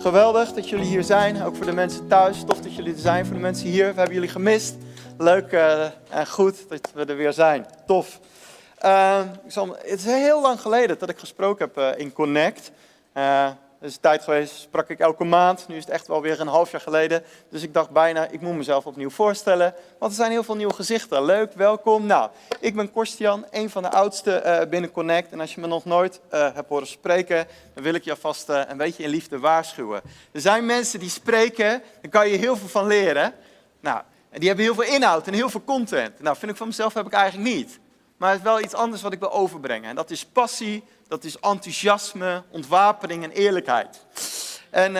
Geweldig dat jullie hier zijn, ook voor de mensen thuis. Tof dat jullie er zijn, voor de mensen hier. We hebben jullie gemist. Leuk en goed dat we er weer zijn. Tof. Het is heel lang geleden dat ik gesproken heb in Connect. Er is een tijd geweest, sprak ik elke maand. Nu is het echt wel weer een half jaar geleden. Dus ik dacht bijna, ik moet mezelf opnieuw voorstellen. Want er zijn heel veel nieuwe gezichten. Leuk, welkom. Nou, ik ben Korstian, een van de oudsten binnen Connect. En als je me nog nooit hebt horen spreken, dan wil ik je alvast een beetje in liefde waarschuwen. Er zijn mensen die spreken, daar kan je heel veel van leren. Nou, en die hebben heel veel inhoud en heel veel content. Nou, vind ik van mezelf heb ik eigenlijk niet. Maar het is wel iets anders wat ik wil overbrengen. En dat is passie, dat is enthousiasme, ontwapening en eerlijkheid. En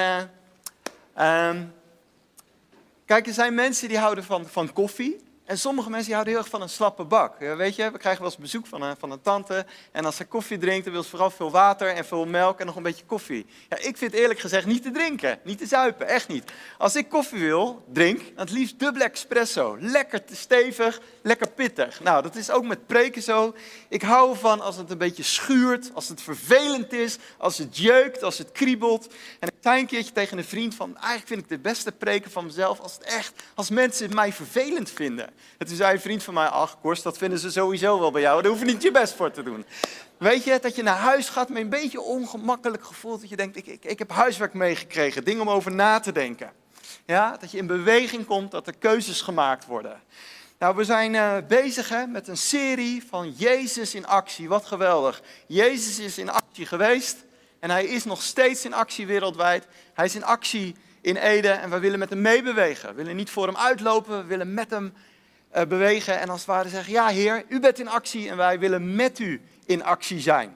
kijk, er zijn mensen die houden van koffie. En sommige mensen die houden heel erg van een slappe bak. Weet je, we krijgen wel eens bezoek van een tante. En als ze koffie drinkt, dan wil ze vooral veel water en veel melk en nog een beetje koffie. Ja, ik vind eerlijk gezegd niet te drinken, niet te zuipen, echt niet. Als ik koffie drink, dan het liefst dubbele espresso. Lekker stevig, lekker pittig. Nou, dat is ook met preken zo. Ik hou ervan als het een beetje schuurt, als het vervelend is, als het jeukt, als het kriebelt. En ik zei een keertje tegen een vriend van, eigenlijk vind ik de beste preken van mezelf als mensen mij vervelend vinden. En toen zei een vriend van mij, ach Korst, dat vinden ze sowieso wel bij jou, daar hoef je niet je best voor te doen. Weet je, dat je naar huis gaat met een beetje ongemakkelijk gevoel, dat je denkt, ik heb huiswerk meegekregen, dingen om over na te denken. Ja, dat je in beweging komt, dat er keuzes gemaakt worden. Nou, we zijn bezig met een serie van Jezus in actie, wat geweldig. Jezus is in actie geweest en hij is nog steeds in actie wereldwijd. Hij is in actie in Ede en we willen met hem meebewegen. We willen niet voor hem uitlopen, we willen met hem bewegen en als het ware zeggen, ja Heer, u bent in actie en wij willen met u in actie zijn.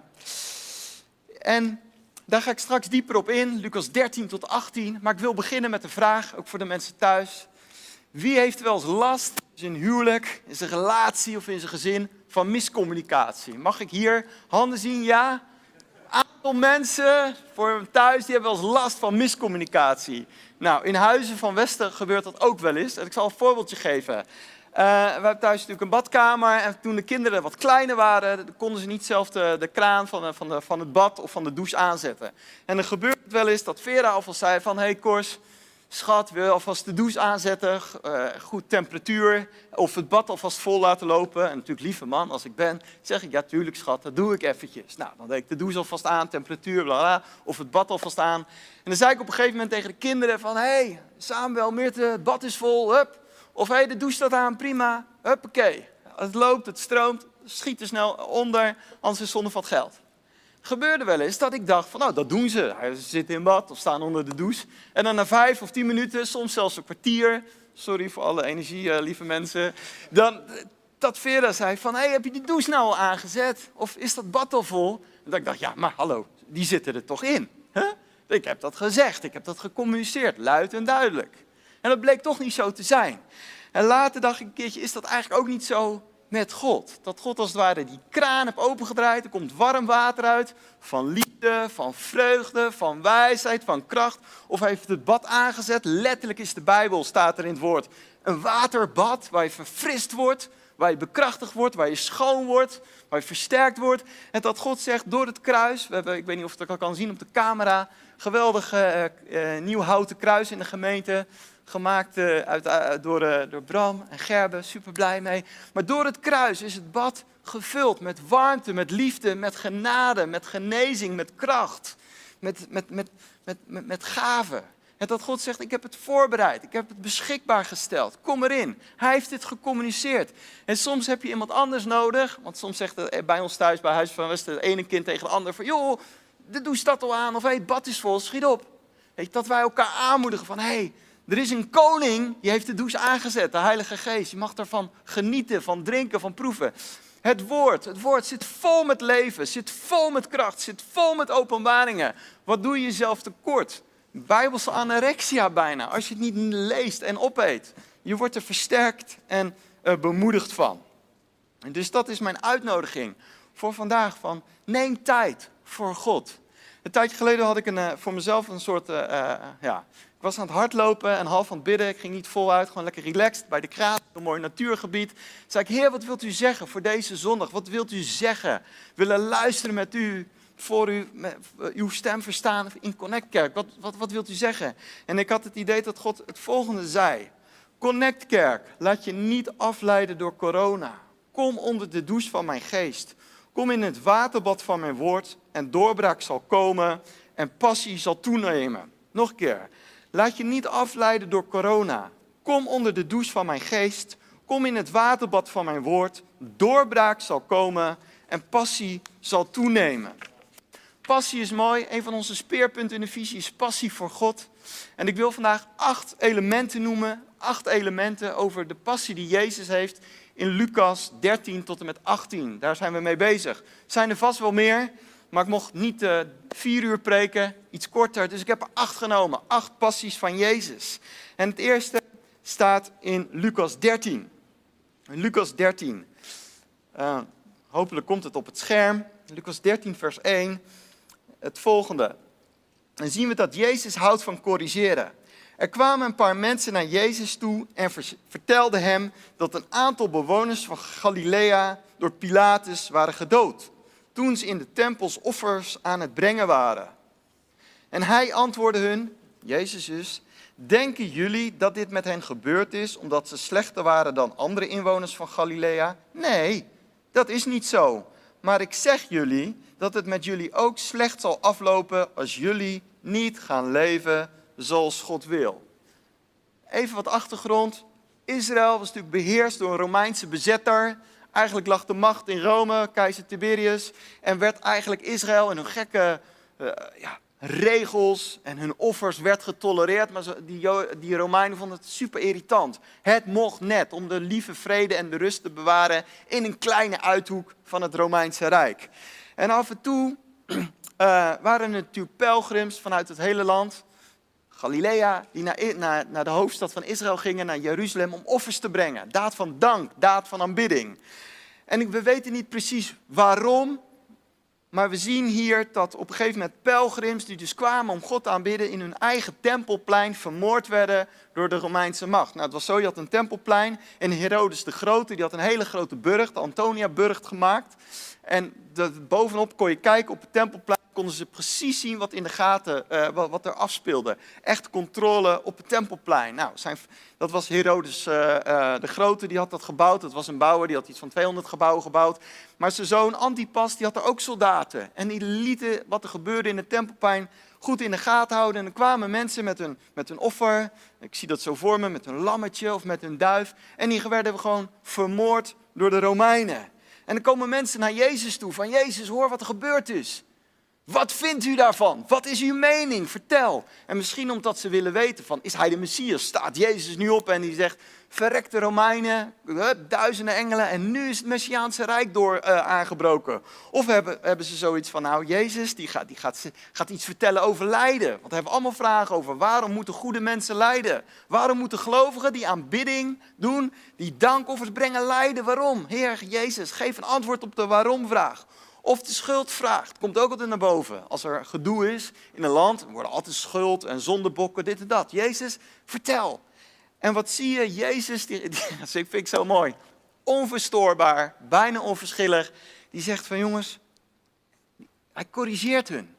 En daar ga ik straks dieper op in, Lucas 13 tot 18. Maar ik wil beginnen met de vraag, ook voor de mensen thuis. Wie heeft wel eens last in zijn huwelijk, in zijn relatie of in zijn gezin van miscommunicatie? Mag ik hier handen zien? Ja? Een aantal mensen voor thuis die hebben wel eens last van miscommunicatie. Nou, in Huizen van Westen gebeurt dat ook wel eens. En ik zal een voorbeeldje geven. We hebben thuis natuurlijk een badkamer en toen de kinderen wat kleiner waren, konden ze niet zelf de kraan van het bad of van de douche aanzetten. En dan gebeurt het wel eens dat Vera alvast zei van, hey Kors, schat, wil je alvast de douche aanzetten, goed temperatuur, of het bad alvast vol laten lopen. En natuurlijk, lieve man, als ik ben, zeg ik, ja tuurlijk schat, dat doe ik eventjes. Nou, dan deed ik de douche alvast aan, temperatuur, bla bla, of het bad alvast aan. En dan zei ik op een gegeven moment tegen de kinderen van, hey, Samuel, Mirte, het bad is vol, hup. Of hey, de douche staat aan, prima, huppakee. Het loopt, het stroomt, schiet er snel onder, anders is zonde van het geld. Gebeurde wel eens dat ik dacht van, nou, dat doen ze. Ze zitten in bad of staan onder de douche. En dan na 5 of 10 minuten, soms zelfs een kwartier, sorry voor alle energie, lieve mensen, dan dat Vera zei van, hey, heb je die douche nou al aangezet? Of is dat bad al vol? En dat ik dacht, ja, maar hallo, die zitten er toch in? Huh? Ik heb dat gezegd, ik heb dat gecommuniceerd, luid en duidelijk. En dat bleek toch niet zo te zijn. En later dacht ik een keertje, is dat eigenlijk ook niet zo met God? Dat God als het ware die kraan heeft opengedraaid, er komt warm water uit, van liefde, van vreugde, van wijsheid, van kracht. Of hij heeft het bad aangezet, letterlijk is de Bijbel, staat er in het woord, een waterbad waar je verfrist wordt, waar je bekrachtigd wordt, waar je schoon wordt, waar je versterkt wordt. En dat God zegt, door het kruis, we hebben, ik weet niet of je het al kan zien op de camera, geweldig nieuw houten kruis in de gemeente, gemaakt door Bram en Gerbe, super blij mee. Maar door het kruis is het bad gevuld met warmte, met liefde, met genade, met genezing, met kracht, met gaven. En dat God zegt, ik heb het voorbereid, ik heb het beschikbaar gesteld, kom erin. Hij heeft dit gecommuniceerd. En soms heb je iemand anders nodig, want soms zegt het bij ons thuis, bij Huis van Westen, het ene kind tegen de ander van, joh, de douche staat al aan, of hey, het bad is vol, schiet op. Weet je, dat wij elkaar aanmoedigen van, hey, er is een koning, die heeft de douche aangezet, de Heilige Geest. Je mag daarvan genieten, van drinken, van proeven. Het woord zit vol met leven, zit vol met kracht, zit vol met openbaringen. Wat doe je jezelf tekort? Bijbelse anorexia bijna, als je het niet leest en opeet. Je wordt er versterkt en bemoedigd van. En dus dat is mijn uitnodiging voor vandaag, van neem tijd voor God. Een tijdje geleden had ik voor mezelf een soort, ik was aan het hardlopen en half aan het bidden. Ik ging niet voluit, gewoon lekker relaxed bij de kraan, een mooi natuurgebied. Toen zei ik, Heer, wat wilt u zeggen voor deze zondag? Wat wilt u zeggen? We willen luisteren met u voor u uw stem verstaan in Connect Kerk. Wat wilt u zeggen? En ik had het idee dat God het volgende zei. Connect Kerk, laat je niet afleiden door corona. Kom onder de douche van mijn geest. Kom in het waterbad van mijn woord en doorbraak zal komen en passie zal toenemen. Nog een keer. Laat je niet afleiden door corona. Kom onder de douche van mijn geest. Kom in het waterbad van mijn woord. Doorbraak zal komen en passie zal toenemen. Passie is mooi. Een van onze speerpunten in de visie is passie voor God. En ik wil vandaag 8 elementen noemen. 8 elementen over de passie die Jezus heeft in Lucas 13 tot en met 18. Daar zijn we mee bezig. Zijn er vast wel meer, maar ik mocht niet 4 uur preken, iets korter. Dus ik heb er 8 genomen. 8 passies van Jezus. En het eerste staat in Lucas 13. Lucas 13. Hopelijk komt het op het scherm. Lucas 13 vers 1. Het volgende. Dan zien we dat Jezus houdt van corrigeren. Er kwamen een paar mensen naar Jezus toe en vertelden hem dat een aantal bewoners van Galilea door Pilatus waren gedood, toen ze in de tempels offers aan het brengen waren. En hij antwoordde hun, Jezus dus, denken jullie dat dit met hen gebeurd is omdat ze slechter waren dan andere inwoners van Galilea? Nee, dat is niet zo. Maar ik zeg jullie dat het met jullie ook slecht zal aflopen als jullie niet gaan leven zoals God wil. Even wat achtergrond. Israël was natuurlijk beheerst door een Romeinse bezetter. Eigenlijk lag de macht in Rome, keizer Tiberius. En werd eigenlijk Israël en hun gekke regels en hun offers werd getolereerd. Maar die Romeinen vonden het super irritant. Het mocht net om de lieve vrede en de rust te bewaren in een kleine uithoek van het Romeinse Rijk. En af en toe waren er natuurlijk pelgrims vanuit het hele land, Galilea, die naar de hoofdstad van Israël gingen, naar Jeruzalem, om offers te brengen. Daad van dank, daad van aanbidding. En we weten niet precies waarom, maar we zien hier dat op een gegeven moment pelgrims die dus kwamen om God te aanbidden in hun eigen tempelplein vermoord werden door de Romeinse macht. Nou, het was zo, je had een tempelplein en Herodes de Grote, die had een hele grote burcht, de Antonia-burcht gemaakt. En bovenop kon je kijken op het tempelplein, konden ze precies zien wat in de gaten, wat er afspeelde. Echt controle op het tempelplein. Nou, dat was Herodes de Grote, die had dat gebouwd. Dat was een bouwer, die had iets van 200 gebouwen gebouwd. Maar zijn zoon Antipas, die had er ook soldaten. En die lieten wat er gebeurde in het tempelplein goed in de gaten houden. En dan kwamen mensen met een offer, ik zie dat zo voor me, met een lammetje of met een duif. En die werden gewoon vermoord door de Romeinen. En dan komen mensen naar Jezus toe, van Jezus, hoor wat er gebeurd is. Wat vindt u daarvan? Wat is uw mening? Vertel. En misschien omdat ze willen weten van, is hij de Messias? Staat Jezus nu op en die zegt, verrekte Romeinen, duizenden engelen en nu is het Messiaanse Rijk aangebroken. Of hebben ze zoiets van, nou Jezus die gaat iets vertellen over lijden. Want we hebben allemaal vragen over, waarom moeten goede mensen lijden? Waarom moeten gelovigen die aanbidding doen, die dankoffers brengen lijden? Waarom? Heer Jezus, geef een antwoord op de waarom-vraag. Of de schuldvraag. Het komt ook altijd naar boven. Als er gedoe is in een land, dan worden altijd schuld en zondebokken, dit en dat. Jezus, vertel. En wat zie je? Jezus, dat vind ik zo mooi. Onverstoorbaar, bijna onverschillig. Die zegt van jongens, hij corrigeert hun.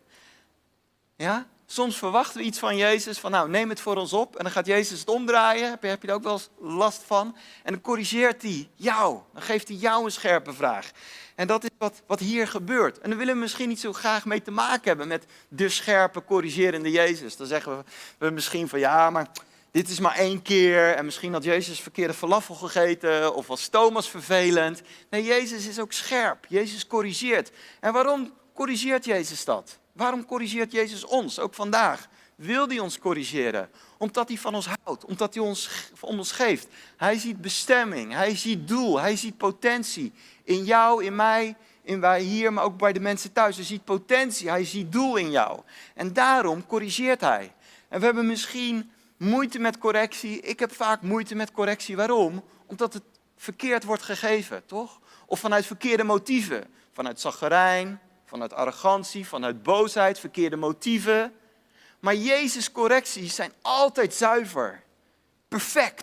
Ja? Soms verwachten we iets van Jezus, van nou neem het voor ons op. En dan gaat Jezus het omdraaien, heb je er ook wel eens last van. En dan corrigeert hij jou, dan geeft hij jou een scherpe vraag. En dat is wat hier gebeurt. En dan willen we misschien niet zo graag mee te maken hebben met de scherpe, corrigerende Jezus. Dan zeggen we misschien van ja, maar dit is maar 1 keer. En misschien had Jezus verkeerde falafel gegeten of was Thomas vervelend. Nee, Jezus is ook scherp. Jezus corrigeert. En waarom corrigeert Jezus dat? Waarom corrigeert Jezus ons, ook vandaag? Wil hij ons corrigeren? Omdat hij van ons houdt, omdat hij ons om ons geeft. Hij ziet bestemming, hij ziet doel, hij ziet potentie. In jou, in mij, in wij hier, maar ook bij de mensen thuis. Hij ziet potentie, hij ziet doel in jou. En daarom corrigeert hij. En we hebben misschien moeite met correctie. Ik heb vaak moeite met correctie. Waarom? Omdat het verkeerd wordt gegeven, toch? Of vanuit verkeerde motieven. Vanuit chaggerijn, vanuit arrogantie, vanuit boosheid, verkeerde motieven. Maar Jezus' correcties zijn altijd zuiver. Perfect.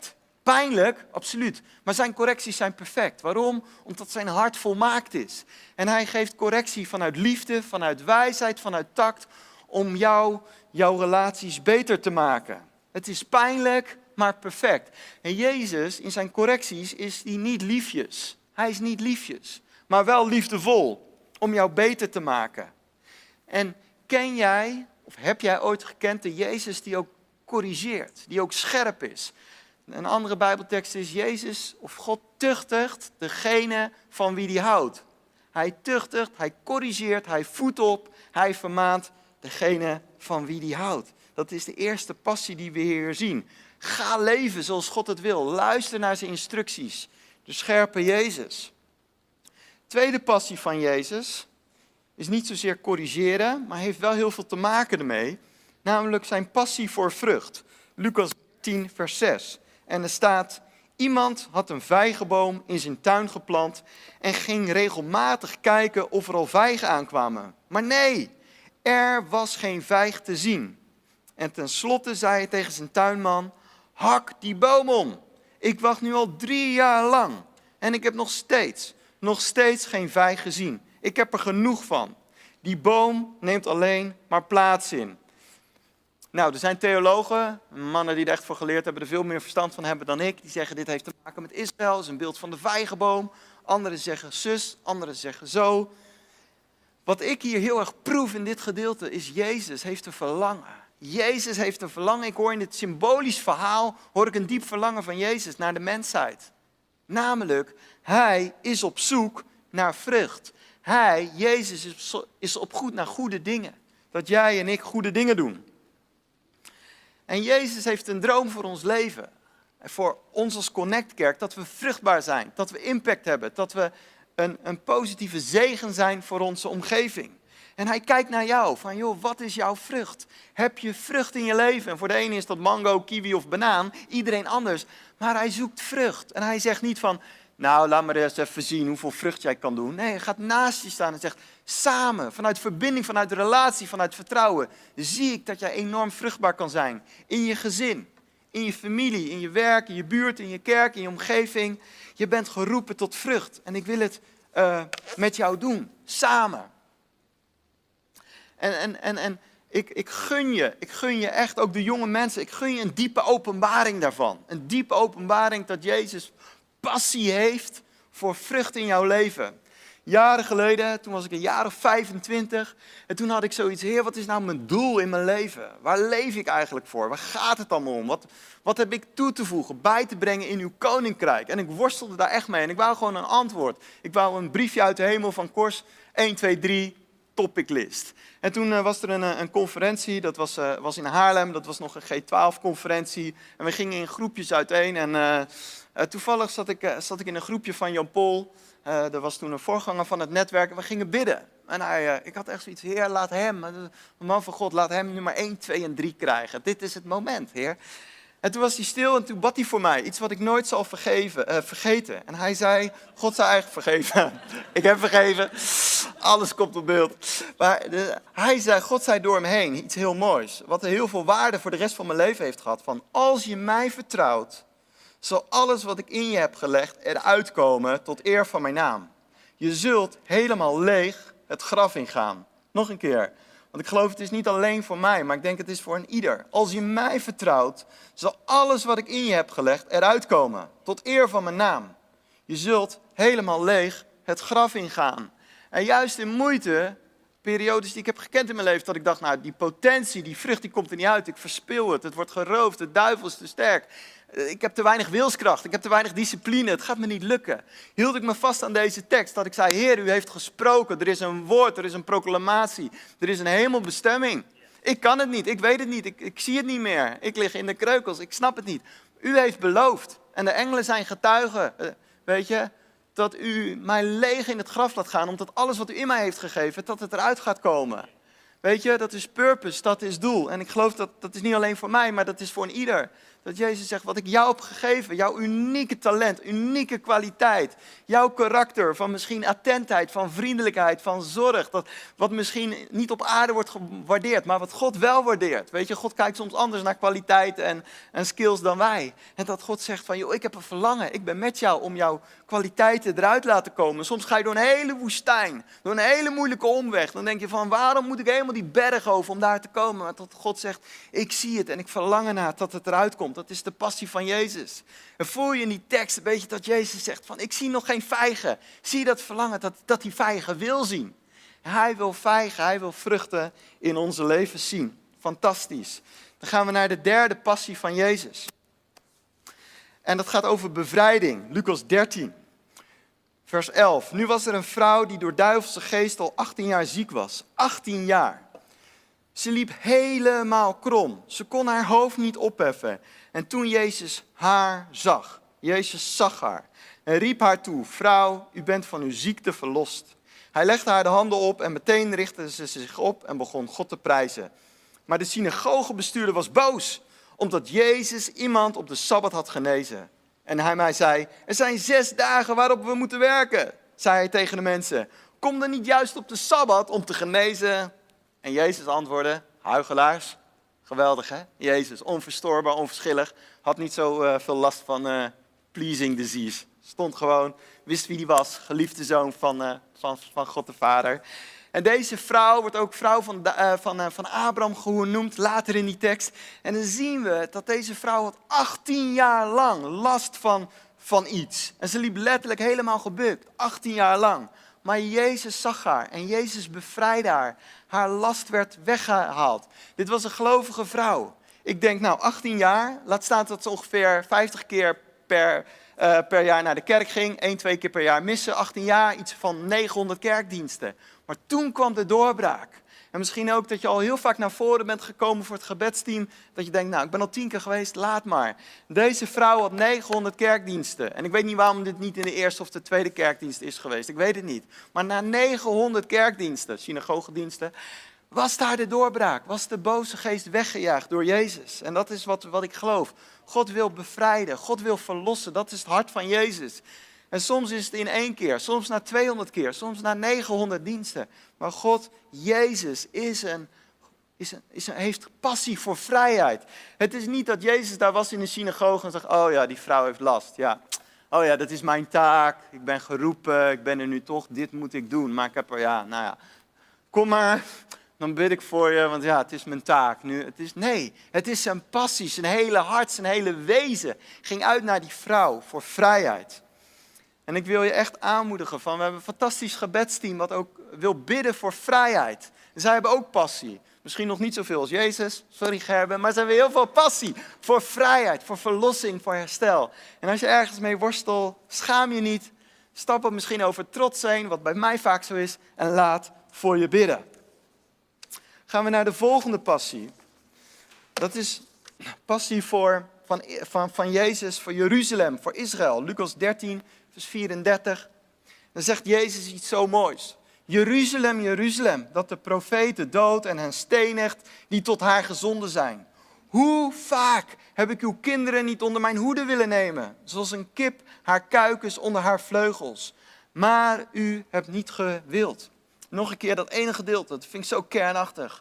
Pijnlijk, absoluut. Maar zijn correcties zijn perfect. Waarom? Omdat zijn hart volmaakt is. En hij geeft correctie vanuit liefde, vanuit wijsheid, vanuit tact, om jouw relaties beter te maken. Het is pijnlijk, maar perfect. En Jezus, in zijn correcties, is hij niet liefjes. Hij is niet liefjes, maar wel liefdevol, om jou beter te maken. En ken jij, of heb jij ooit gekend de Jezus die ook corrigeert, die ook scherp is? Een andere Bijbeltekst is Jezus of God tuchtigt degene van wie hij houdt. Hij tuchtigt, hij corrigeert, hij voedt op, hij vermaant degene van wie hij houdt. Dat is de eerste passie die we hier zien. Ga leven zoals God het wil. Luister naar zijn instructies. De scherpe Jezus. Tweede passie van Jezus is niet zozeer corrigeren, maar heeft wel heel veel te maken ermee. Namelijk zijn passie voor vrucht. Lucas 10 vers 6. En er staat, iemand had een vijgenboom in zijn tuin geplant en ging regelmatig kijken of er al vijgen aankwamen. Maar nee, er was geen vijg te zien. En tenslotte zei hij tegen zijn tuinman, hak die boom om. Ik wacht nu al 3 jaar lang en ik heb nog steeds geen vijg gezien. Ik heb er genoeg van. Die boom neemt alleen maar plaats in. Nou, er zijn theologen, mannen die er echt voor geleerd hebben, er veel meer verstand van hebben dan ik. Die zeggen dit heeft te maken met Israël, dat is een beeld van de vijgenboom. Anderen zeggen zus, anderen zeggen zo. Wat ik hier heel erg proef in dit gedeelte is Jezus heeft een verlangen. Jezus heeft een verlangen. Ik hoor in dit symbolisch verhaal, hoor ik een diep verlangen van Jezus naar de mensheid. Namelijk, hij is op zoek naar vrucht. Hij, Jezus, is op zoek naar goede dingen. Dat jij en ik goede dingen doen. En Jezus heeft een droom voor ons leven. Voor ons als Connect Kerk, dat we vruchtbaar zijn. Dat we impact hebben. Dat we een positieve zegen zijn voor onze omgeving. En hij kijkt naar jou, van joh, wat is jouw vrucht? Heb je vrucht in je leven? En voor de ene is dat mango, kiwi of banaan, iedereen anders. Maar hij zoekt vrucht. En hij zegt niet van, nou laat maar eens even zien hoeveel vrucht jij kan doen. Nee, hij gaat naast je staan en zegt, samen, vanuit verbinding, vanuit relatie, vanuit vertrouwen, zie ik dat jij enorm vruchtbaar kan zijn. In je gezin, in je familie, in je werk, in je buurt, in je kerk, in je omgeving. Je bent geroepen tot vrucht. En ik wil het met jou doen, samen. En ik gun je echt, ook de jonge mensen, ik gun je een diepe openbaring daarvan. Een diepe openbaring dat Jezus passie heeft voor vrucht in jouw leven. Jaren geleden, toen was ik een jaar of 25. En toen had ik zoiets, Heer, wat is nou mijn doel in mijn leven? Waar leef ik eigenlijk voor? Waar gaat het allemaal om? Wat heb ik toe te voegen, bij te brengen in uw koninkrijk? En ik worstelde daar echt mee en ik wou gewoon een antwoord. Ik wou een briefje uit de hemel van Kors, 1, 2, 3... topiclist. En toen was er een conferentie, dat was in Haarlem, dat was nog een G12-conferentie. En we gingen in groepjes uiteen en toevallig zat ik in een groepje van Jan Paul. Er was toen een voorganger van het netwerk en we gingen bidden. En ik had echt zoiets, Heer, laat hem, een man van God, laat hem nummer 1, 2 en 3 krijgen. Dit is het moment, Heer. En toen was hij stil en toen bad hij voor mij. Iets wat ik nooit zal vergeten. En hij zei, God zou eigenlijk vergeven. Ik heb vergeven. Alles komt op beeld. Maar hij zei, God zei door hem heen iets heel moois. Wat heel veel waarde voor de rest van mijn leven heeft gehad. Van als je mij vertrouwt, zal alles wat ik in je heb gelegd eruit komen tot eer van mijn naam. Je zult helemaal leeg het graf ingaan. Nog een keer. Want ik geloof het is niet alleen voor mij, maar ik denk het is voor een ieder. Als je mij vertrouwt, zal alles wat ik in je heb gelegd eruit komen. Tot eer van mijn naam. Je zult helemaal leeg het graf ingaan. En juist in moeite, periodes die ik heb gekend in mijn leven, dat ik dacht, nou die potentie, die vrucht, die komt er niet uit. Ik verspil het, het wordt geroofd, de duivel is te sterk. Ik heb te weinig wilskracht, ik heb te weinig discipline, het gaat me niet lukken. Hield ik me vast aan deze tekst, dat ik zei, Heer, u heeft gesproken, er is een woord, er is een proclamatie, er is een hemelbestemming. Ik kan het niet, ik weet het niet, ik zie het niet meer. Ik lig in de kreukels, ik snap het niet. U heeft beloofd en de engelen zijn getuigen, weet je, dat u mij leeg in het graf laat gaan, omdat alles wat u in mij heeft gegeven, dat het eruit gaat komen. Weet je, dat is purpose, dat is doel. En ik geloof dat is niet alleen voor mij, maar dat is voor een ieder. Dat Jezus zegt, wat ik jou heb gegeven, jouw unieke talent, unieke kwaliteit, jouw karakter van misschien attentheid, van vriendelijkheid, van zorg, dat wat misschien niet op aarde wordt gewaardeerd, maar wat God wel waardeert. Weet je, God kijkt soms anders naar kwaliteiten en skills dan wij. En dat God zegt van, joh, ik heb een verlangen, ik ben met jou om jouw kwaliteiten eruit te laten komen. Soms ga je door een hele woestijn, door een hele moeilijke omweg. Dan denk je van, waarom moet ik helemaal die berg over om daar te komen? Maar dat God zegt, ik zie het en ik verlang ernaar dat het eruit komt. Dat is de passie van Jezus. En voel je in die tekst een beetje dat Jezus zegt van, ik zie nog geen vijgen. Zie je dat verlangen dat hij vijgen wil zien? Hij wil vijgen, hij wil vruchten in onze leven zien. Fantastisch. Dan gaan we naar de derde passie van Jezus. En dat gaat over bevrijding. Lucas 13, vers 11. Nu was er een vrouw die door duivelse geest al 18 jaar ziek was. 18 jaar. Ze liep helemaal krom. Ze kon haar hoofd niet opheffen. En toen Jezus haar zag, Jezus zag haar en riep haar toe, vrouw, u bent van uw ziekte verlost. Hij legde haar de handen op en meteen richtte ze zich op en begon God te prijzen. Maar de synagogebestuurder was boos, omdat Jezus iemand op de Sabbat had genezen. En hij zei, er zijn 6 dagen waarop we moeten werken, zei hij tegen de mensen. Kom dan niet juist op de Sabbat om te genezen? En Jezus antwoordde, huichelaars. Geweldig hè? Jezus, onverstoorbaar, onverschillig. Had niet zo veel last van pleasing disease. Stond gewoon, wist wie hij was. Geliefde zoon van God de Vader. En deze vrouw wordt ook vrouw van Abraham genoemd, later in die tekst. En dan zien we dat deze vrouw had 18 jaar lang last van iets. En ze liep letterlijk helemaal gebukt, 18 jaar lang. Maar Jezus zag haar en Jezus bevrijdde haar. Haar last werd weggehaald. Dit was een gelovige vrouw. Ik denk, 18 jaar, laat staan dat ze ongeveer 50 keer per jaar naar de kerk ging. 1-2 keer per jaar missen. 18 jaar, iets van 900 kerkdiensten. Maar toen kwam de doorbraak. En misschien ook dat je al heel vaak naar voren bent gekomen voor het gebedsteam. Dat je denkt, ik ben al 10 keer geweest, laat maar. Deze vrouw had 900 kerkdiensten. En ik weet niet waarom dit niet in de eerste of de tweede kerkdienst is geweest. Ik weet het niet. Maar na 900 kerkdiensten, synagogediensten, was daar de doorbraak. Was de boze geest weggejaagd door Jezus. En dat is wat ik geloof. God wil bevrijden, God wil verlossen. Dat is het hart van Jezus. En soms is het in 1 keer, soms na 200 keer, soms na 900 diensten. Maar God, Jezus, heeft passie voor vrijheid. Het is niet dat Jezus daar was in de synagoge en zegt, oh ja, die vrouw heeft last. Ja. Oh ja, dat is mijn taak, ik ben geroepen, ik ben er nu toch, dit moet ik doen. Maar ik heb kom maar, dan bid ik voor je, want het is mijn taak. Het is zijn passie, zijn hele hart, zijn hele wezen ging uit naar die vrouw voor vrijheid. En ik wil je echt aanmoedigen we hebben een fantastisch gebedsteam wat ook wil bidden voor vrijheid. En zij hebben ook passie. Misschien nog niet zoveel als Jezus, sorry Gerben, maar ze hebben heel veel passie voor vrijheid, voor verlossing, voor herstel. En als je ergens mee worstelt, schaam je niet. Stap er misschien over trots heen, wat bij mij vaak zo is, en laat voor je bidden. Gaan we naar de volgende passie. Dat is passie van Jezus voor Jeruzalem, voor Israël. Lucas 13, vers 34. Dan zegt Jezus iets zo moois. Jeruzalem, Jeruzalem, dat de profeten dood en hen stenigt die tot haar gezonden zijn. Hoe vaak heb ik uw kinderen niet onder mijn hoede willen nemen, zoals een kip haar kuikens onder haar vleugels. Maar u hebt niet gewild. Nog een keer dat ene gedeelte, dat vind ik zo kernachtig.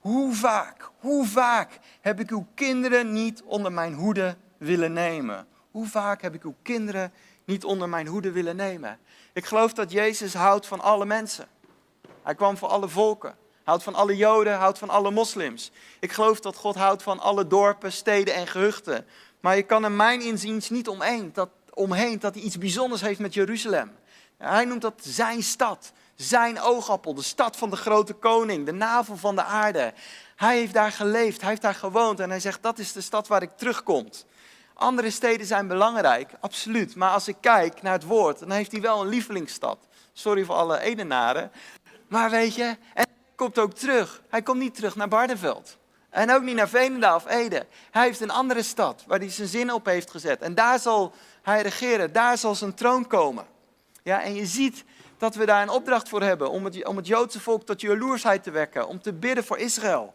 Hoe vaak heb ik uw kinderen niet onder mijn hoede willen nemen? Hoe vaak heb ik uw kinderen niet onder mijn hoede willen nemen? Ik geloof dat Jezus houdt van alle mensen. Hij kwam voor alle volken. Houdt van alle Joden, houdt van alle moslims. Ik geloof dat God houdt van alle dorpen, steden en gehuchten. Maar je kan er mijn inziens niet omheen dat hij iets bijzonders heeft met Jeruzalem. Hij noemt dat zijn stad, zijn oogappel, de stad van de grote koning, de navel van de aarde. Hij heeft daar geleefd, hij heeft daar gewoond en hij zegt dat is de stad waar ik terugkom. Andere steden zijn belangrijk, absoluut. Maar als ik kijk naar het woord, dan heeft hij wel een lievelingsstad. Sorry voor alle Edenaren. Maar weet je, en hij komt ook terug. Hij komt niet terug naar Barneveld. En ook niet naar Veenendaal of Ede. Hij heeft een andere stad waar hij zijn zin op heeft gezet. En daar zal hij regeren, daar zal zijn troon komen. Ja, en je ziet dat we daar een opdracht voor hebben om het Joodse volk tot jaloersheid te wekken. Om te bidden voor Israël.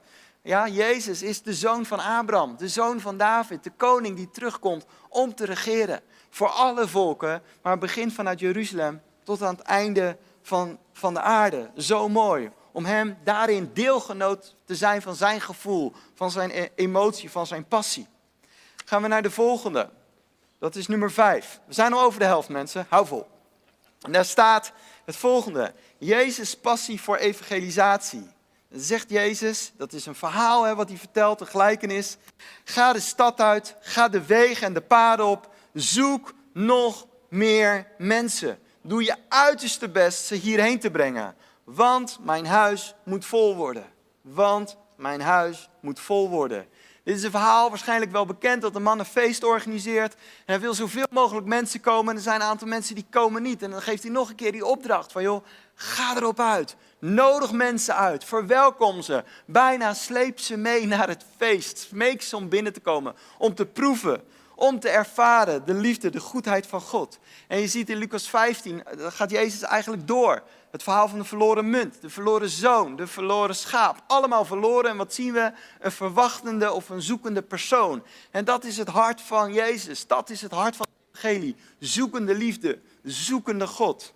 Ja, Jezus is de zoon van Abraham, de zoon van David, de koning die terugkomt om te regeren. Voor alle volken, maar het begint vanuit Jeruzalem tot aan het einde van de aarde. Zo mooi om hem daarin deelgenoot te zijn van zijn gevoel, van zijn emotie, van zijn passie. Gaan we naar de volgende. Dat is nummer 5. We zijn al over de helft, mensen. Hou vol. En daar staat het volgende. Jezus' passie voor evangelisatie. Dan zegt Jezus, dat is een verhaal wat hij vertelt, een gelijkenis. Ga de stad uit, ga de wegen en de paden op. Zoek nog meer mensen. Doe je uiterste best ze hierheen te brengen. Want mijn huis moet vol worden. Want mijn huis moet vol worden. Dit is een verhaal, waarschijnlijk wel bekend, dat een man een feest organiseert. En hij wil zoveel mogelijk mensen komen. En er zijn een aantal mensen die komen niet. En dan geeft hij nog een keer die opdracht van, joh, ga erop uit. Nodig mensen uit. Verwelkom ze. Bijna sleep ze mee naar het feest. Smeek ze om binnen te komen. Om te proeven. Om te ervaren de liefde, de goedheid van God. En je ziet in Lucas 15, gaat Jezus eigenlijk door. Het verhaal van de verloren munt, de verloren zoon, de verloren schaap. Allemaal verloren en wat zien we? Een verwachtende of een zoekende persoon. En dat is het hart van Jezus. Dat is het hart van het evangelie. Zoekende liefde, zoekende God.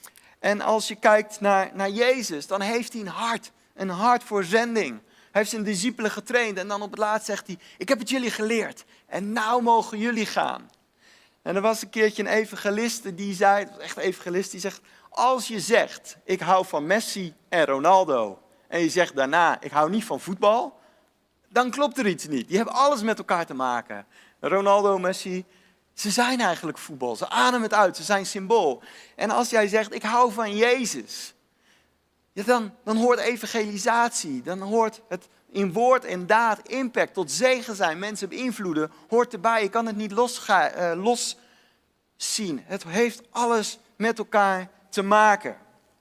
En als je kijkt naar Jezus, dan heeft hij een hart voor zending. Hij heeft zijn discipelen getraind en dan op het laatst zegt hij, ik heb het jullie geleerd en nou mogen jullie gaan. En er was een keertje een evangelist die zei, echt een evangelist, die zegt, als je zegt, ik hou van Messi en Ronaldo, en je zegt daarna, ik hou niet van voetbal, dan klopt er iets niet. Die hebben alles met elkaar te maken. Ronaldo, Messi, ze zijn eigenlijk voetbal. Ze ademen het uit, ze zijn symbool. En als jij zegt, ik hou van Jezus, ja, dan hoort evangelisatie, dan hoort het in woord en daad impact, tot zegen zijn, mensen beïnvloeden, hoort erbij. Je kan het niet los zien. Het heeft alles met elkaar te maken.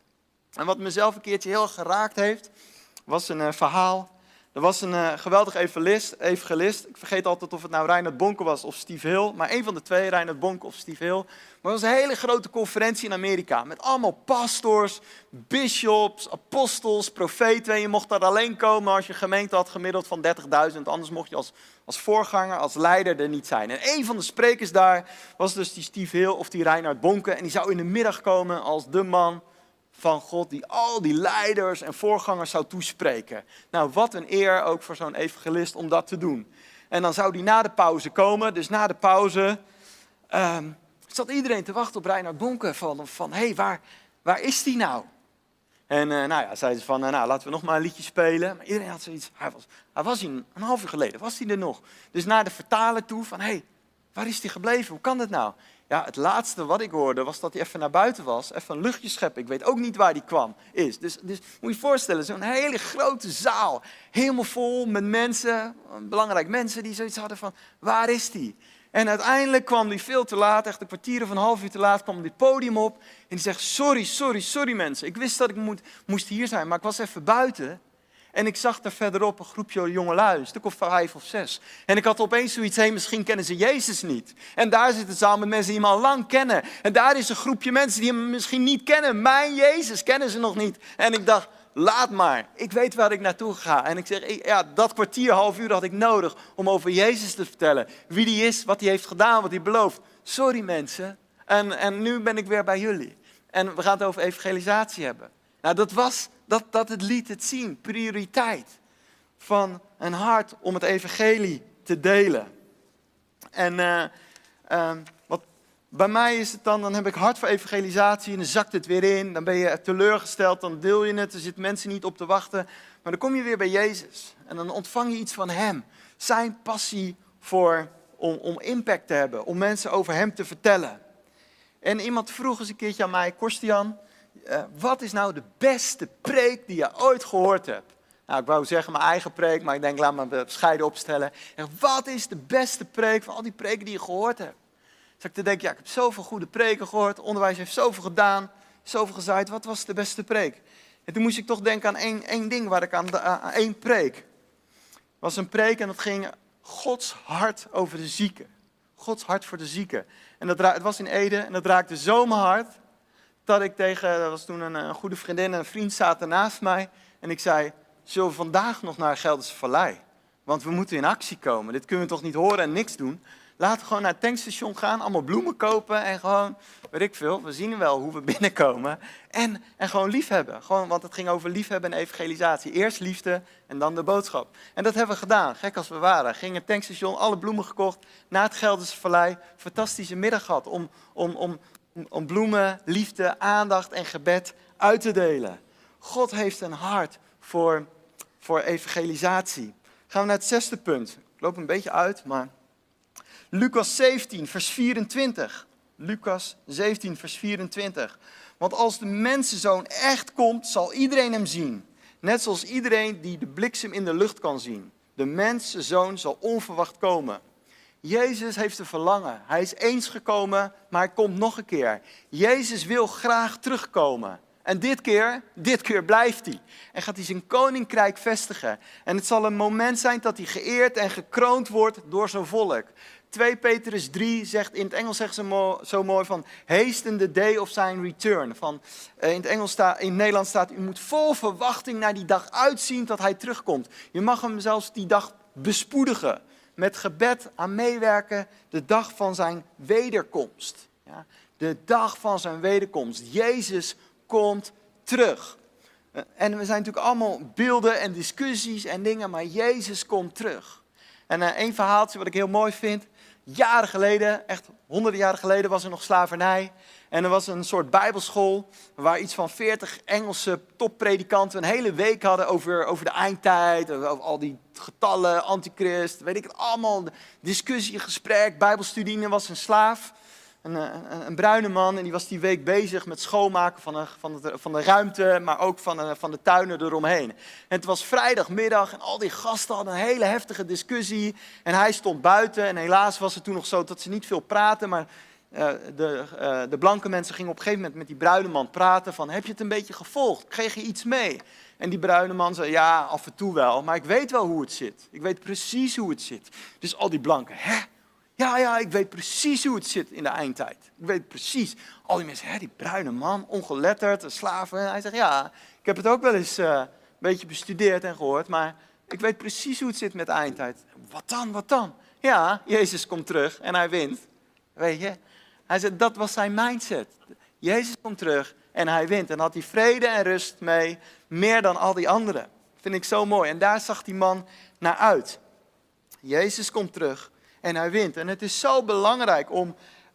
En wat mezelf een keertje heel geraakt heeft, was een verhaal. Er was een geweldig evangelist. Ik vergeet altijd of het nou Reinhard Bonke was of Steve Hill. Maar een van de twee, Reinhard Bonke of Steve Hill. Maar het was een hele grote conferentie in Amerika. Met allemaal pastors, bishops, apostels, profeten. En je mocht daar alleen komen als je een gemeente had gemiddeld van 30.000. Anders mocht je als voorganger, als leider er niet zijn. En een van de sprekers daar was dus die Steve Hill of die Reinhard Bonke. En die zou in de middag komen als de man van God die al die leiders en voorgangers zou toespreken. Nou, wat een eer ook voor zo'n evangelist om dat te doen. En dan zou die na de pauze komen. Dus na de pauze zat iedereen te wachten op Reinhard Bonke. Van hé, waar is die nou? En zeiden ze van, laten we nog maar een liedje spelen. Maar iedereen had zoiets, hij was hier een half uur geleden, was hij er nog? Dus naar de vertaler toe van, hé, waar is die gebleven? Hoe kan dat nou? Ja, het laatste wat ik hoorde was dat hij even naar buiten was. Even een luchtje scheppen. Ik weet ook niet waar die kwam. Dus moet je je voorstellen, zo'n hele grote zaal. Helemaal vol met mensen, belangrijk mensen die zoiets hadden van, waar is die? En uiteindelijk kwam hij veel te laat, echt een kwartier of een half uur te laat, kwam dit podium op. En die zegt, sorry mensen. Ik wist dat ik moest hier zijn, maar ik was even buiten. En ik zag daar verderop een groepje jongelui, een stuk of 5 of 6. En ik had opeens zoiets, misschien kennen ze Jezus niet. En daar zit het samen met mensen die hem al lang kennen. En daar is een groepje mensen die hem misschien niet kennen. Mijn Jezus kennen ze nog niet. En ik dacht, laat maar. Ik weet waar ik naartoe ga. En ik zeg, ja, dat kwartier, half uur had ik nodig om over Jezus te vertellen. Wie die is, wat hij heeft gedaan, wat hij belooft. Sorry mensen. En nu ben ik weer bij jullie. En we gaan het over evangelisatie hebben. Nou, dat het liet het zien, prioriteit van een hart om het evangelie te delen. En bij mij is het dan heb ik hart voor evangelisatie en dan zakt het weer in. Dan ben je teleurgesteld, dan deel je het, er zitten mensen niet op te wachten. Maar dan kom je weer bij Jezus en dan ontvang je iets van hem. Zijn passie om impact te hebben, om mensen over hem te vertellen. En iemand vroeg eens een keertje aan mij, Korstian, wat is nou de beste preek die je ooit gehoord hebt? Nou, ik wou zeggen mijn eigen preek, maar ik denk, laat me bescheiden opstellen. En wat is de beste preek van al die preken die je gehoord hebt? Dus ik te denken, ja, ik heb zoveel goede preken gehoord. Onderwijs heeft zoveel gedaan, zoveel gezaaid. Wat was de beste preek? En toen moest ik toch denken aan één ding, aan één preek. Het was een preek en dat ging Gods hart over de zieken. Gods hart voor de zieken. En het was in Ede en dat raakte zo mijn hart, dat ik dat was toen een goede vriendin en een vriend zaten naast mij. En ik zei, zullen we vandaag nog naar Gelderse Vallei? Want we moeten in actie komen. Dit kunnen we toch niet horen en niks doen? Laten we gewoon naar het tankstation gaan, allemaal bloemen kopen en gewoon, weet ik veel, we zien wel hoe we binnenkomen. En gewoon liefhebben. Gewoon, want het ging over liefhebben en evangelisatie. Eerst liefde en dan de boodschap. En dat hebben we gedaan, gek als we waren. Gingen het tankstation, alle bloemen gekocht, naar het Gelderse Vallei. Fantastische middag gehad om bloemen, liefde, aandacht en gebed uit te delen. God heeft een hart voor evangelisatie. Gaan we naar het 6e punt. Ik loop een beetje uit, maar Lucas 17, vers 24. Lucas 17, vers 24. Want als de mensenzoon echt komt, zal iedereen hem zien. Net zoals iedereen die de bliksem in de lucht kan zien. De mensenzoon zal onverwacht komen. Jezus heeft een verlangen. Hij is eens gekomen, maar hij komt nog een keer. Jezus wil graag terugkomen. En dit keer blijft hij. En gaat hij zijn koninkrijk vestigen. En het zal een moment zijn dat hij geëerd en gekroond wordt door zijn volk. 2 Petrus 3 zegt, in het Engels zegt ze zo mooi van, hasten the day of zijn return. In het Nederlands staat, u moet vol verwachting naar die dag uitzien dat hij terugkomt. Je mag hem zelfs die dag bespoedigen. Met gebed aan meewerken, de dag van zijn wederkomst. Ja, de dag van zijn wederkomst. Jezus komt terug. En we zijn natuurlijk allemaal beelden en discussies en dingen, maar Jezus komt terug. En één verhaaltje wat ik heel mooi vind. Jaren geleden, echt honderden jaren geleden, was er nog slavernij. En er was een soort bijbelschool waar iets van 40 Engelse toppredikanten een hele week hadden over de eindtijd. Over al die getallen, antichrist, weet ik het allemaal. Discussie, gesprek, bijbelstudie. En er was een slaaf, een bruine man. En die was die week bezig met schoonmaken van de ruimte, maar ook van de tuinen eromheen. En het was vrijdagmiddag en al die gasten hadden een hele heftige discussie. En hij stond buiten en helaas was het toen nog zo dat ze niet veel praten, maar de blanke mensen gingen op een gegeven moment met die bruine man praten van, heb je het een beetje gevolgd? Kreeg je iets mee? En die bruine man zei, ja, af en toe wel, maar ik weet wel hoe het zit. Ik weet precies hoe het zit. Dus al die blanken, hè? Ja, ik weet precies hoe het zit in de eindtijd. Ik weet precies. Al die mensen, die bruine man, ongeletterd, slaven. Hij zegt, ja, ik heb het ook wel eens een beetje bestudeerd en gehoord, maar ik weet precies hoe het zit met de eindtijd. Wat dan? Ja, Jezus komt terug en hij wint. Weet je? Hij zei, dat was zijn mindset. Jezus komt terug en hij wint. En had hij vrede en rust mee, meer dan al die anderen. Vind ik zo mooi. En daar zag die man naar uit. Jezus komt terug en hij wint. En het is zo belangrijk om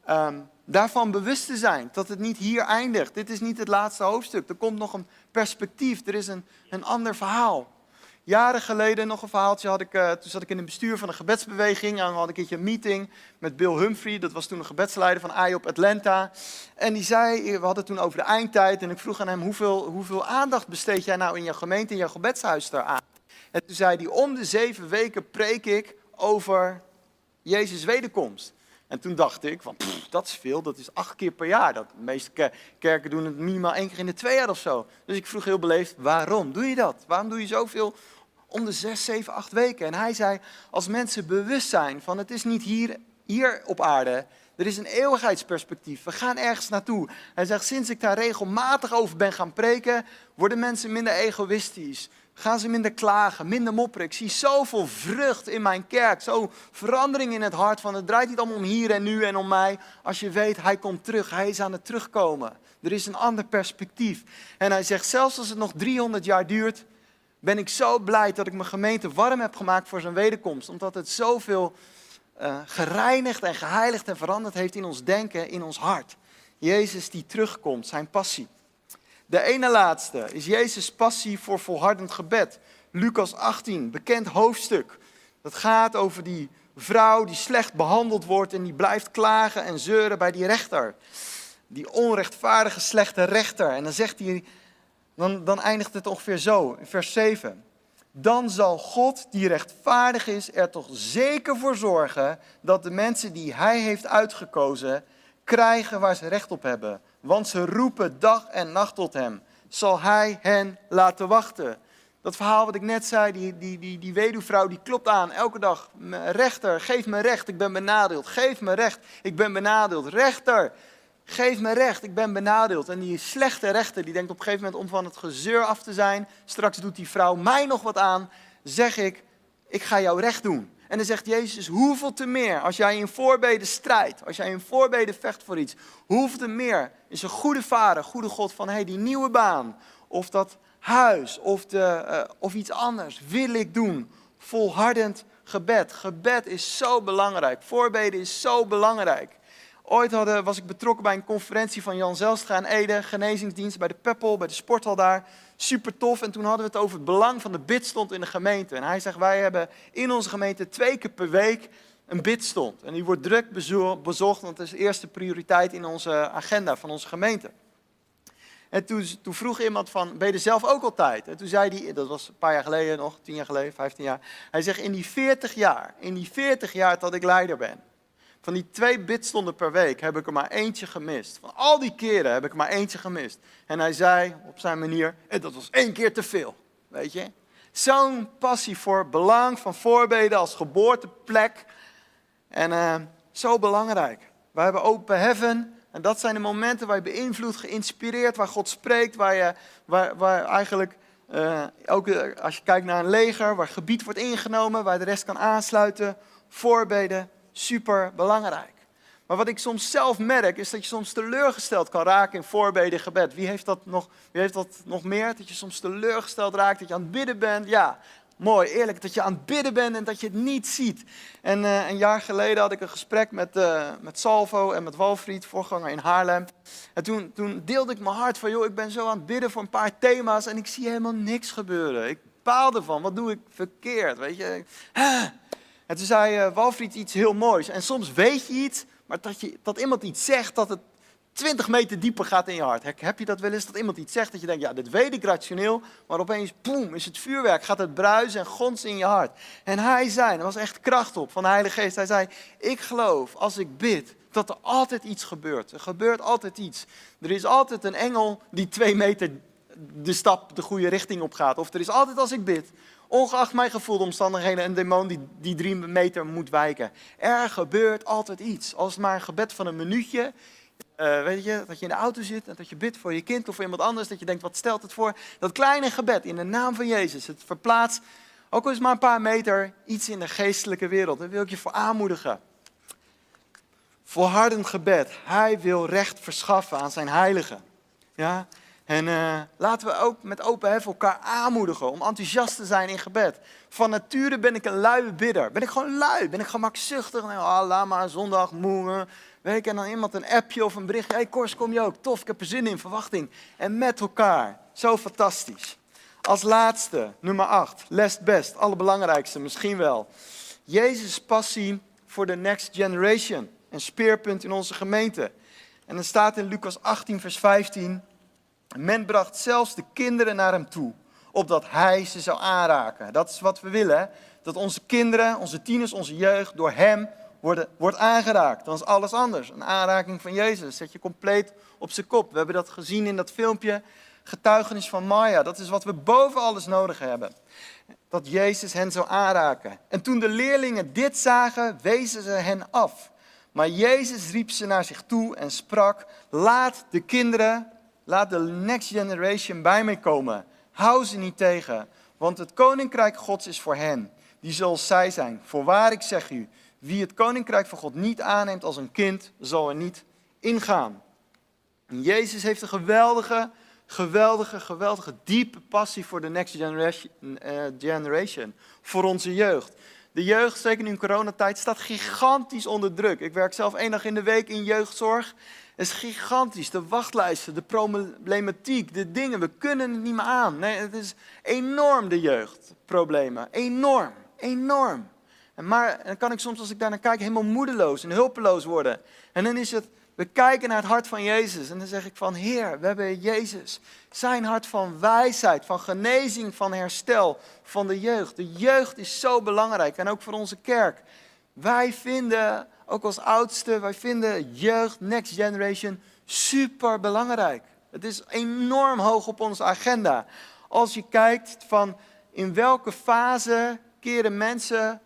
daarvan bewust te zijn. Dat het niet hier eindigt. Dit is niet het laatste hoofdstuk. Er komt nog een perspectief. Er is een ander verhaal. Jaren geleden nog een verhaaltje toen zat ik in het bestuur van een gebedsbeweging. En we hadden een keertje een meeting met Bill Humphrey. Dat was toen een gebedsleider van IOP Atlanta. En die zei, we hadden het toen over de eindtijd. En ik vroeg aan hem, hoeveel aandacht besteed jij nou in jouw gemeente, in jouw gebedshuis daar aan? En toen zei hij, om de 7 weken preek ik over Jezus' wederkomst. En toen dacht ik, dat is veel, dat is 8 keer per jaar. De meeste kerken doen het minimaal 1 keer in de 2 jaar of zo. Dus ik vroeg heel beleefd, waarom doe je dat? Waarom doe je zoveel om de 6, 7, 8 weken? En hij zei, als mensen bewust zijn van het is niet hier op aarde, er is een eeuwigheidsperspectief. We gaan ergens naartoe. Hij zegt, sinds ik daar regelmatig over ben gaan preken, worden mensen minder egoïstisch. Gaan ze minder klagen, minder mopperen. Ik zie zoveel vrucht in mijn kerk. Zo verandering in het hart van het draait niet allemaal om hier en nu en om mij. Als je weet, hij komt terug. Hij is aan het terugkomen. Er is een ander perspectief. En hij zegt, zelfs als het nog 300 jaar duurt, ben ik zo blij dat ik mijn gemeente warm heb gemaakt voor zijn wederkomst. Omdat het zoveel gereinigd en geheiligd en veranderd heeft in ons denken, in ons hart. Jezus die terugkomt, zijn passie. De ene laatste is Jezus' passie voor volhardend gebed. Lucas 18, bekend hoofdstuk. Dat gaat over die vrouw die slecht behandeld wordt en die blijft klagen en zeuren bij die rechter. Die onrechtvaardige, slechte rechter. En dan zegt hij, dan eindigt het ongeveer zo, in vers 7. Dan zal God, die rechtvaardig is, er toch zeker voor zorgen dat de mensen die hij heeft uitgekozen krijgen waar ze recht op hebben. Want ze roepen dag en nacht tot hem. Zal hij hen laten wachten. Dat verhaal wat ik net zei, die weduwvrouw die klopt aan elke dag. Rechter, geef me recht, ik ben benadeeld. Geef me recht, ik ben benadeeld. Rechter, Geef me recht, ik ben benadeeld. En die slechte rechter, die denkt op een gegeven moment om van het gezeur af te zijn. Straks doet die vrouw mij nog wat aan. Zeg ik ga jou recht doen. En dan zegt Jezus, hoeveel te meer als jij in voorbeden strijdt. Als jij in voorbeden vecht voor iets. Hoeveel te meer is een goede vader, goede God van die nieuwe baan. Of dat huis of iets anders wil ik doen. Volhardend gebed. Gebed is zo belangrijk. Voorbeden is zo belangrijk. Ooit was ik betrokken bij een conferentie van Jan Zijlstra in Ede. Genezingsdienst bij de Peppel, bij de sporthal daar. Super tof. En toen hadden we het over het belang van de bidstond in de gemeente. En hij zegt, wij hebben in onze gemeente 2 keer per week een bidstond. En die wordt druk bezocht, want dat is de eerste prioriteit in onze agenda van onze gemeente. En toen vroeg iemand van, ben je er zelf ook altijd? En toen zei hij, dat was een paar jaar geleden nog, 10 jaar geleden, 15 jaar. Hij zegt, in die 40 jaar dat ik leider ben, van die 2 bidstonden per week heb ik er maar eentje gemist. Van al die keren heb ik er maar eentje gemist. En hij zei op zijn manier, dat was 1 keer te veel, weet je. Zo'n passie voor belang van voorbeden als geboorteplek. En zo belangrijk. We hebben open heaven. En dat zijn de momenten waar je beïnvloed, geïnspireerd, waar God spreekt. Waar eigenlijk, ook als je kijkt naar een leger, waar gebied wordt ingenomen, waar de rest kan aansluiten. Voorbeden, super belangrijk. Maar wat ik soms zelf merk, is dat je soms teleurgesteld kan raken in voorbeden gebed. Wie heeft dat nog meer? Dat je soms teleurgesteld raakt, dat je aan het bidden bent. Ja, mooi, eerlijk, dat je aan het bidden bent en dat je het niet ziet. En een jaar geleden had ik een gesprek met Salvo en met Walfried, voorganger in Haarlem. En toen deelde ik mijn hart van, joh, ik ben zo aan het bidden voor een paar thema's en ik zie helemaal niks gebeuren. Ik baal ervan, wat doe ik verkeerd, weet je. En toen zei Walfried iets heel moois. En soms weet je iets, maar dat iemand iets zegt, dat het 20 meter dieper gaat in je hart. Heb je dat wel eens, dat iemand iets zegt, dat je denkt, ja, dit weet ik rationeel, maar opeens, boem, is het vuurwerk, gaat het bruisen en gonsen in je hart. En hij zei, er was echt kracht op van de Heilige Geest, hij zei, ik geloof, als ik bid, dat er altijd iets gebeurt. Er gebeurt altijd iets. Er is altijd een engel die 2 meter de goede richting op gaat. Of er is altijd, als ik bid, ongeacht mijn gevoelde omstandigheden, een demon die 3 meter moet wijken. Er gebeurt altijd iets. Als het maar een gebed van een minuutje, weet je, dat je in de auto zit en dat je bidt voor je kind of voor iemand anders, dat je denkt, wat stelt het voor? Dat kleine gebed in de naam van Jezus, het verplaatst, ook al is het maar een paar meter, iets in de geestelijke wereld. Daar wil ik je voor aanmoedigen. Volhardend gebed. Hij wil recht verschaffen aan zijn heiligen. Ja? En laten we ook met open hef elkaar aanmoedigen om enthousiast te zijn in gebed. Van nature ben ik een luie bidder. Ben ik gewoon lui, ben ik gemakzuchtig. Laat maar, zondag, moe. Weet je, en dan iemand een appje of een berichtje. Hey Kors, kom je ook? Tof, ik heb er zin in, verwachting. En met elkaar. Zo fantastisch. Als laatste, nummer 8. Last best, allerbelangrijkste misschien wel. Jezus' passie voor de next generation. Een speerpunt in onze gemeente. En dan staat in Lucas 18 vers 15... Men bracht zelfs de kinderen naar hem toe, opdat hij ze zou aanraken. Dat is wat we willen, hè? Dat onze kinderen, onze tieners, onze jeugd door hem wordt aangeraakt. Dan is alles anders. Een aanraking van Jezus zet je compleet op zijn kop. We hebben dat gezien in dat filmpje, getuigenis van Maya. Dat is wat we boven alles nodig hebben. Dat Jezus hen zou aanraken. En toen de leerlingen dit zagen, wezen ze hen af. Maar Jezus riep ze naar zich toe en sprak, laat de next generation bij mij komen. Hou ze niet tegen, want het koninkrijk Gods is voor hen. Die zoals zij zijn. Voorwaar, ik zeg u, wie het koninkrijk van God niet aanneemt als een kind, zal er niet ingaan. En Jezus heeft een geweldige, diepe passie voor de next generation. Voor onze jeugd. De jeugd, zeker nu in coronatijd, staat gigantisch onder druk. Ik werk zelf 1 dag in de week in jeugdzorg. Het is gigantisch, de wachtlijsten, de problematiek, de dingen. We kunnen het niet meer aan. Nee, het is enorm, de jeugdproblemen. Enorm. Maar dan kan ik soms, als ik daar naar kijk, helemaal moedeloos en hulpeloos worden. En dan is het, we kijken naar het hart van Jezus. En dan zeg ik van, Heer, we hebben Jezus. Zijn hart van wijsheid, van genezing, van herstel, van de jeugd. De jeugd is zo belangrijk. En ook voor onze kerk. Wij vinden, ook als oudste, wij vinden jeugd, next generation, super belangrijk. Het is enorm hoog op onze agenda. Als je kijkt van in welke fase keren mensen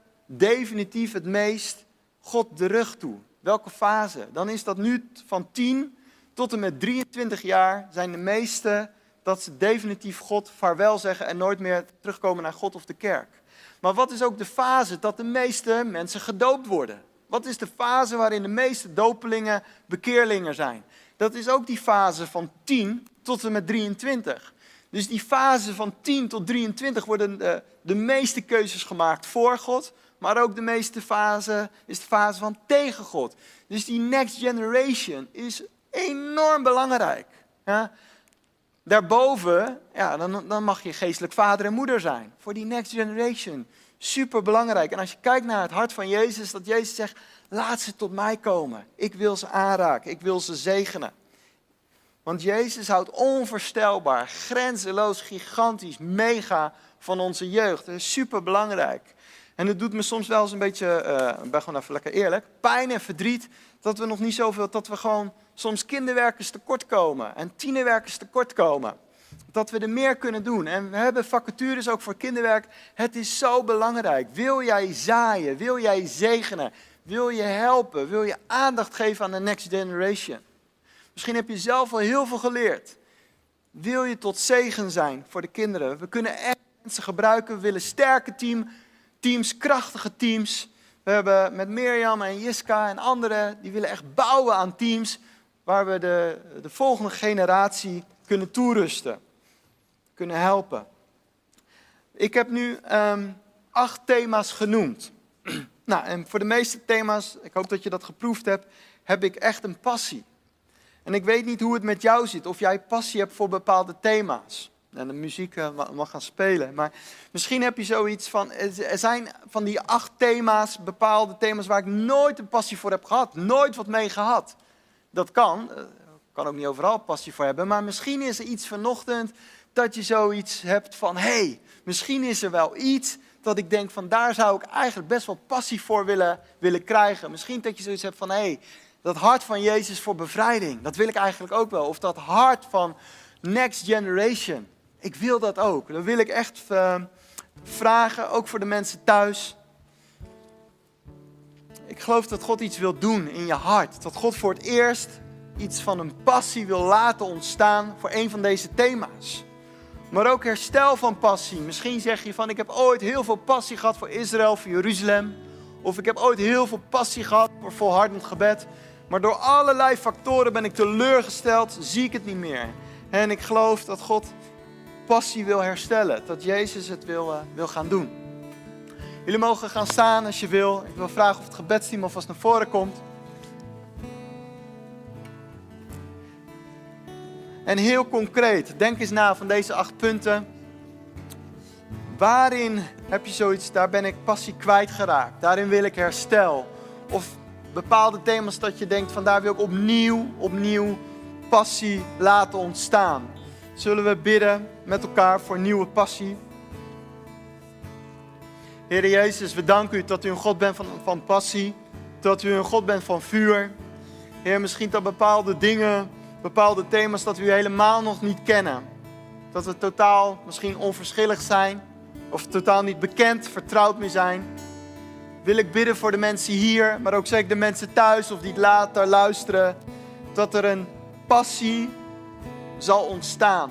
definitief het meest God de rug toe. Welke fase? Dan is dat nu van 10 tot en met 23 jaar zijn de meesten dat ze definitief God vaarwel zeggen en nooit meer terugkomen naar God of de kerk. Maar wat is ook de fase dat de meeste mensen gedoopt worden? Wat is de fase waarin de meeste dopelingen bekeerlingen zijn? Dat is ook die fase van 10 tot en met 23. Dus die fase van 10 tot 23 worden de meeste keuzes gemaakt voor God, maar ook de meeste fase is de fase van tegen God. Dus die next generation is enorm belangrijk. Ja? Daarboven, ja, dan mag je geestelijk vader en moeder zijn. Voor die next generation. Super belangrijk. En als je kijkt naar het hart van Jezus, dat Jezus zegt, laat ze tot mij komen. Ik wil ze aanraken. Ik wil ze zegenen. Want Jezus houdt onvoorstelbaar, grenzeloos, gigantisch, mega van onze jeugd. Dat is super belangrijk. En het doet me soms wel eens een beetje, ik ben gewoon even lekker eerlijk, pijn en verdriet dat we nog niet zoveel, dat we gewoon soms kinderwerkers tekort komen en tienerwerkers tekort komen. Dat we er meer kunnen doen. En we hebben vacatures ook voor kinderwerk. Het is zo belangrijk. Wil jij zaaien? Wil jij zegenen? Wil je helpen? Wil je aandacht geven aan de next generation? Misschien heb je zelf al heel veel geleerd. Wil je tot zegen zijn voor de kinderen? We kunnen echt mensen gebruiken. We willen sterke teams, krachtige teams. We hebben met Mirjam en Jiska en anderen, die willen echt bouwen aan teams waar we de volgende generatie kunnen toerusten. Kunnen helpen. Ik heb nu 8 thema's genoemd. Nou, en voor de meeste thema's, ik hoop dat je dat geproefd hebt, heb ik echt een passie. En ik weet niet hoe het met jou zit, of jij passie hebt voor bepaalde thema's. En de muziek mag gaan spelen. Maar misschien heb je zoiets van, er zijn van die 8 thema's, bepaalde thema's waar ik nooit een passie voor heb gehad. Nooit wat mee gehad. Dat kan. Ik kan ook niet overal passie voor hebben. Maar misschien is er iets vanochtend dat je zoiets hebt van, hey, misschien is er wel iets dat ik denk van, daar zou ik eigenlijk best wel passie voor willen krijgen. Misschien dat je zoiets hebt van, hey, dat hart van Jezus voor bevrijding, dat wil ik eigenlijk ook wel. Of dat hart van next generation. Ik wil dat ook. Dat wil ik echt vragen, ook voor de mensen thuis. Ik geloof dat God iets wil doen in je hart. Dat God voor het eerst iets van een passie wil laten ontstaan voor een van deze thema's. Maar ook herstel van passie. Misschien zeg je van, ik heb ooit heel veel passie gehad voor Israël, voor Jeruzalem. Of ik heb ooit heel veel passie gehad voor volhardend gebed. Maar door allerlei factoren ben ik teleurgesteld, zie ik het niet meer. En ik geloof dat God passie wil herstellen. Dat Jezus het wil gaan doen. Jullie mogen gaan staan als je wil. Ik wil vragen of het gebedsteam alvast naar voren komt. En heel concreet, denk eens na van deze 8 punten. Waarin heb je zoiets, daar ben ik passie kwijtgeraakt. Daarin wil ik herstel. Of bepaalde thema's dat je denkt van, daar wil ik opnieuw passie laten ontstaan. Zullen we bidden met elkaar voor nieuwe passie? Heer Jezus, we danken u dat u een God bent van passie. Dat u een God bent van vuur. Heer, misschien dat bepaalde dingen, bepaalde thema's dat we u helemaal nog niet kennen. Dat we totaal misschien onverschillig zijn. Of totaal niet bekend, vertrouwd mee zijn. Wil ik bidden voor de mensen hier, maar ook zeker de mensen thuis of die het later luisteren. Dat er een passie zal ontstaan.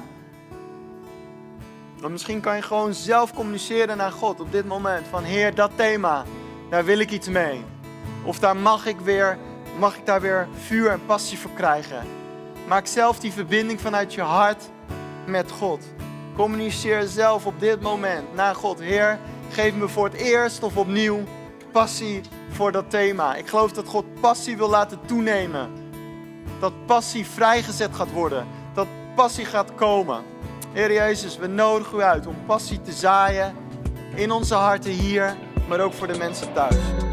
Dan misschien kan je gewoon zelf communiceren naar God op dit moment. Van Heer, dat thema, daar wil ik iets mee. Of daar mag ik daar weer vuur en passie voor krijgen. Maak zelf die verbinding vanuit je hart met God. Communiceer zelf op dit moment naar God. Heer, geef me voor het eerst of opnieuw passie voor dat thema. Ik geloof dat God passie wil laten toenemen. Dat passie vrijgezet gaat worden. Dat passie gaat komen. Heer Jezus, we nodigen u uit om passie te zaaien in onze harten hier, maar ook voor de mensen thuis.